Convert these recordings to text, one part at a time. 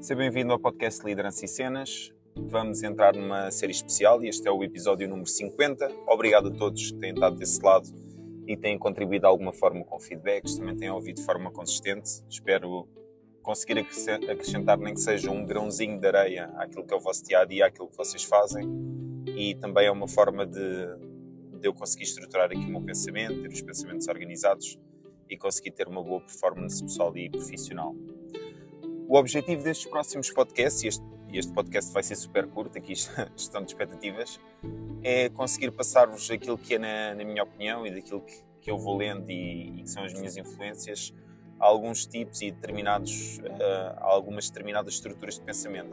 Seja bem-vindo ao podcast Liderança e Cenas. Vamos entrar numa série especial e este é o episódio número 50. Obrigado a todos que têm estado desse lado e têm contribuído de alguma forma com feedbacks, também têm ouvido de forma consistente. Espero conseguir acrescentar nem que seja um grãozinho de areia àquilo que é o vosso dia-a-dia, àquilo que vocês fazem, e também é uma forma de eu conseguir estruturar aqui o meu pensamento, ter os pensamentos organizados e conseguir ter uma boa performance pessoal e profissional. O objetivo destes próximos podcasts, e este podcast vai ser super curto, aqui gestão de expectativas, é conseguir passar-vos aquilo que é, na minha opinião, e daquilo que eu vou lendo e que são as minhas influências, alguns tipos e algumas determinadas estruturas de pensamento,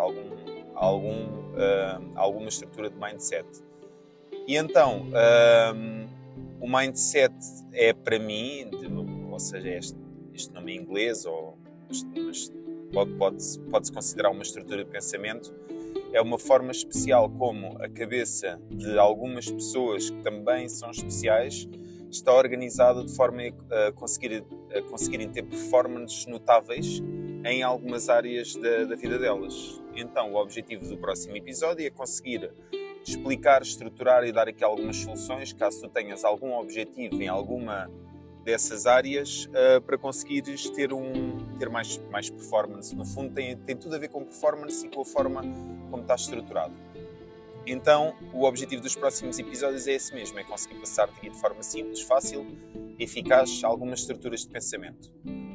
alguma estrutura de mindset. E então, o mindset é para mim, ou seja, este nome em inglês, mas pode-se considerar uma estrutura de pensamento, é uma forma especial como a cabeça de algumas pessoas que também são especiais está organizada de forma a conseguirem ter performances notáveis em algumas áreas da vida delas. Então, o objetivo do próximo episódio é conseguir explicar, estruturar e dar aqui algumas soluções, caso tu tenhas algum objetivo em alguma dessas áreas, para conseguires ter mais performance. No fundo, tem tudo a ver com performance e com a forma como está estruturado. Então, o objetivo dos próximos episódios é esse mesmo, é conseguir passar-te aqui de forma simples, fácil, eficaz, algumas estruturas de pensamento.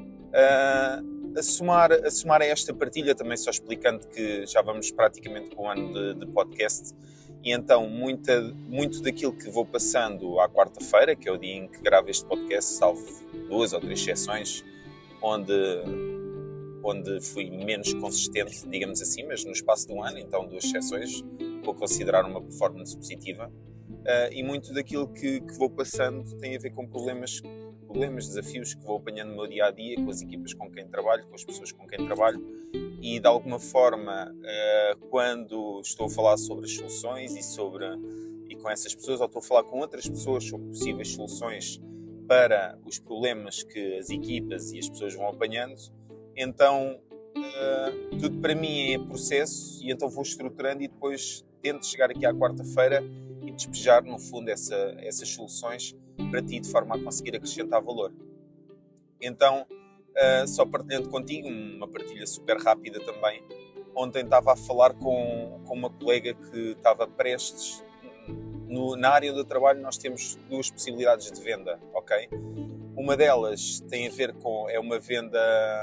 A somar a esta partilha, também só explicando que já vamos praticamente com um ano de podcast, e então muito daquilo que vou passando à quarta-feira, que é o dia em que gravo este podcast, salvo 2 ou 3 sessões, onde fui menos consistente, digamos assim, mas no espaço de um ano, então 2 sessões, vou considerar uma performance positiva. E muito daquilo que vou passando tem a ver com problemas, desafios que vou apanhando no meu dia-a-dia, com as equipas com quem trabalho, com as pessoas com quem trabalho, e de alguma forma, quando estou a falar sobre as soluções e com essas pessoas, ou estou a falar com outras pessoas sobre possíveis soluções para os problemas que as equipas e as pessoas vão apanhando, então tudo para mim é processo, e então vou estruturando e depois tento chegar aqui à quarta-feira e despejar no fundo essas soluções para ti, de forma a conseguir acrescentar valor. Então, só partilhando contigo, uma partilha super rápida também. Ontem estava a falar com uma colega que estava prestes. Na área do trabalho nós temos 2 possibilidades de venda, ok? Uma delas tem a ver com... É uma venda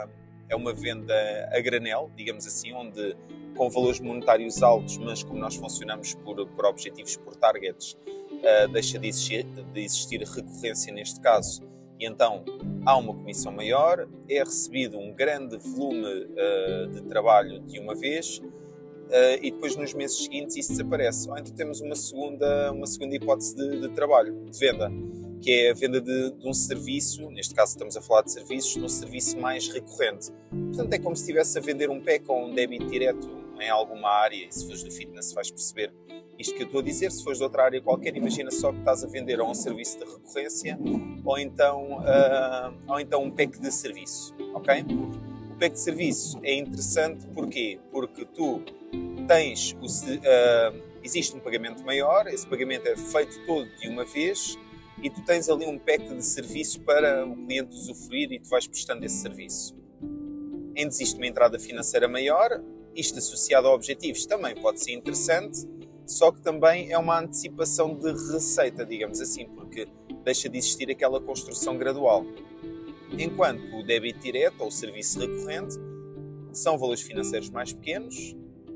a granel, digamos assim, onde com valores monetários altos, mas como nós funcionamos por objetivos, por targets, deixa de existir recorrência neste caso, e então há uma comissão maior, é recebido um grande volume de trabalho de uma vez, e depois nos meses seguintes isso desaparece. Ou então temos uma segunda hipótese de trabalho, de venda, que é a venda de um serviço, neste caso estamos a falar de serviços, de um serviço mais recorrente. Portanto, é como se estivesse a vender um PEC ou um débito direto em alguma área, e se fores do fitness vais perceber isto que eu estou a dizer. Se fores de outra área qualquer, imagina só que estás a vender ou um serviço de recorrência ou então um PEC de serviço, ok? O PEC de serviço é interessante, porquê? Porque tu tens existe um pagamento maior, esse pagamento é feito todo de uma vez e tu tens ali um PEC de serviço para o cliente usufruir e tu vais prestando esse serviço. Ainda existe uma entrada financeira maior, isto associado a objetivos também pode ser interessante, só que também é uma antecipação de receita, digamos assim, porque deixa de existir aquela construção gradual. Enquanto o débito direto ou o serviço recorrente são valores financeiros mais pequenos,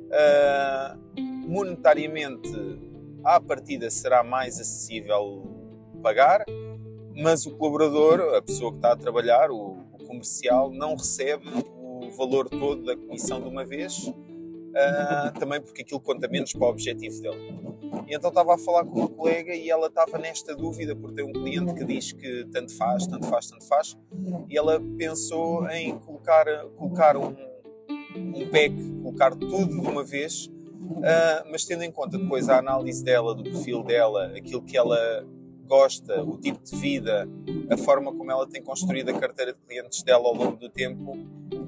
monetariamente à partida será mais acessível pagar, mas o colaborador, a pessoa que está a trabalhar, o comercial, não recebe o valor todo da comissão de uma vez, também porque aquilo conta menos para o objetivo dele. E então estava a falar com uma colega e ela estava nesta dúvida, porque tem um cliente que diz que tanto faz, e ela pensou em colocar um PEC, colocar tudo de uma vez, mas tendo em conta depois a análise dela, do perfil dela, aquilo que ela gosta, o tipo de vida, a forma como ela tem construído a carteira de clientes dela ao longo do tempo,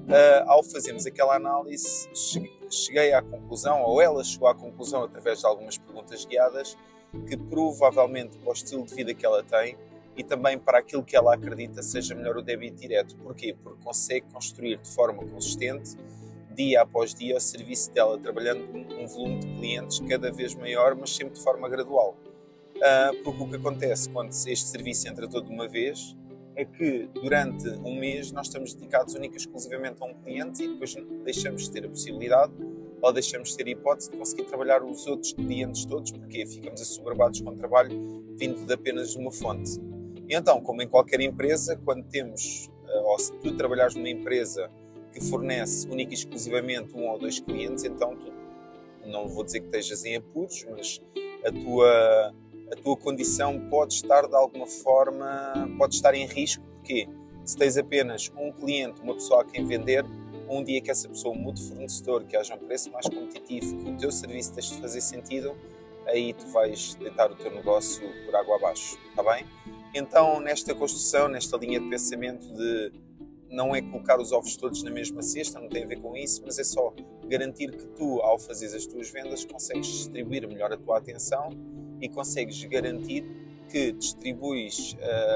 ao fazermos aquela análise, cheguei à conclusão, ou ela chegou à conclusão, através de algumas perguntas guiadas, que provavelmente para o estilo de vida que ela tem e também para aquilo que ela acredita seja melhor o débito direto. Porquê? Porque consegue construir de forma consistente, dia após dia, o serviço dela, trabalhando um volume de clientes cada vez maior, mas sempre de forma gradual. Porque o que acontece quando este serviço entra todo de uma vez é que durante um mês nós estamos dedicados única e exclusivamente a um cliente e depois deixamos de ter a possibilidade ou deixamos de ter a hipótese de conseguir trabalhar os outros clientes todos, porque ficamos assoberbados com trabalho vindo de apenas uma fonte. E então, como em qualquer empresa, quando temos, ou se tu trabalhares numa empresa que fornece única e exclusivamente um ou dois clientes, então tu, não vou dizer que estejas em apuros, mas a tua condição pode estar de alguma forma, pode estar em risco, porque se tens apenas um cliente, uma pessoa a quem vender, um dia que essa pessoa mude de fornecedor, que haja um preço mais competitivo, que o teu serviço deixe de fazer sentido, aí tu vais deitar o teu negócio por água abaixo, está bem? Então, nesta construção, nesta linha de pensamento de não é colocar os ovos todos na mesma cesta, não tem a ver com isso, mas é só garantir que tu, ao fazeres as tuas vendas, consegues distribuir melhor a tua atenção e consegues garantir que distribuis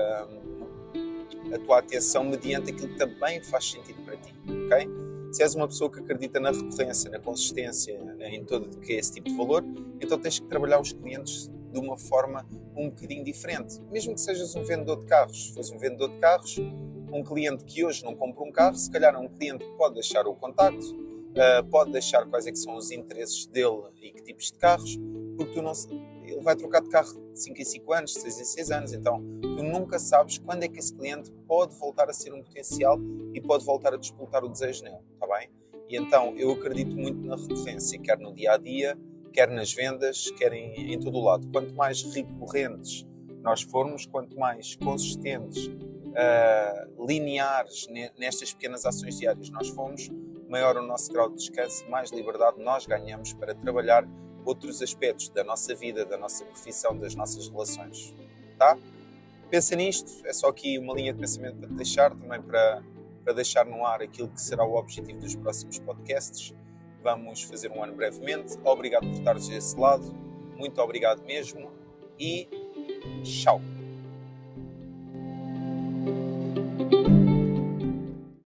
a tua atenção mediante aquilo que também faz sentido para ti, ok? Se és uma pessoa que acredita na recorrência, na consistência, em todo o que é esse tipo de valor, então tens que trabalhar os clientes de uma forma um bocadinho diferente. Mesmo que sejas um vendedor de carros, se fores um vendedor de carros, um cliente que hoje não compra um carro, se calhar é um cliente que pode deixar o contacto, pode deixar quais é que são os interesses dele e que tipos de carros, porque tu não, ele vai trocar de carro de 5 em 5 anos, de 6 em 6 anos, então tu nunca sabes quando é que esse cliente pode voltar a ser um potencial e pode voltar a disputar o desejo nele, está bem? E então eu acredito muito na recorrência, quer no dia-a-dia, quer nas vendas, quer em todo o lado. Quanto mais recorrentes nós formos, quanto mais consistentes, lineares nestas pequenas ações diárias nós fomos, maior o nosso grau de descanso, mais liberdade nós ganhamos para trabalhar outros aspectos da nossa vida, da nossa profissão, das nossas relações. Tá? Pensa nisto, é só aqui uma linha de pensamento para te deixar, também para deixar no ar aquilo que será o objetivo dos próximos podcasts. Vamos fazer um ano brevemente. Obrigado por estares desse lado, muito obrigado mesmo e tchau!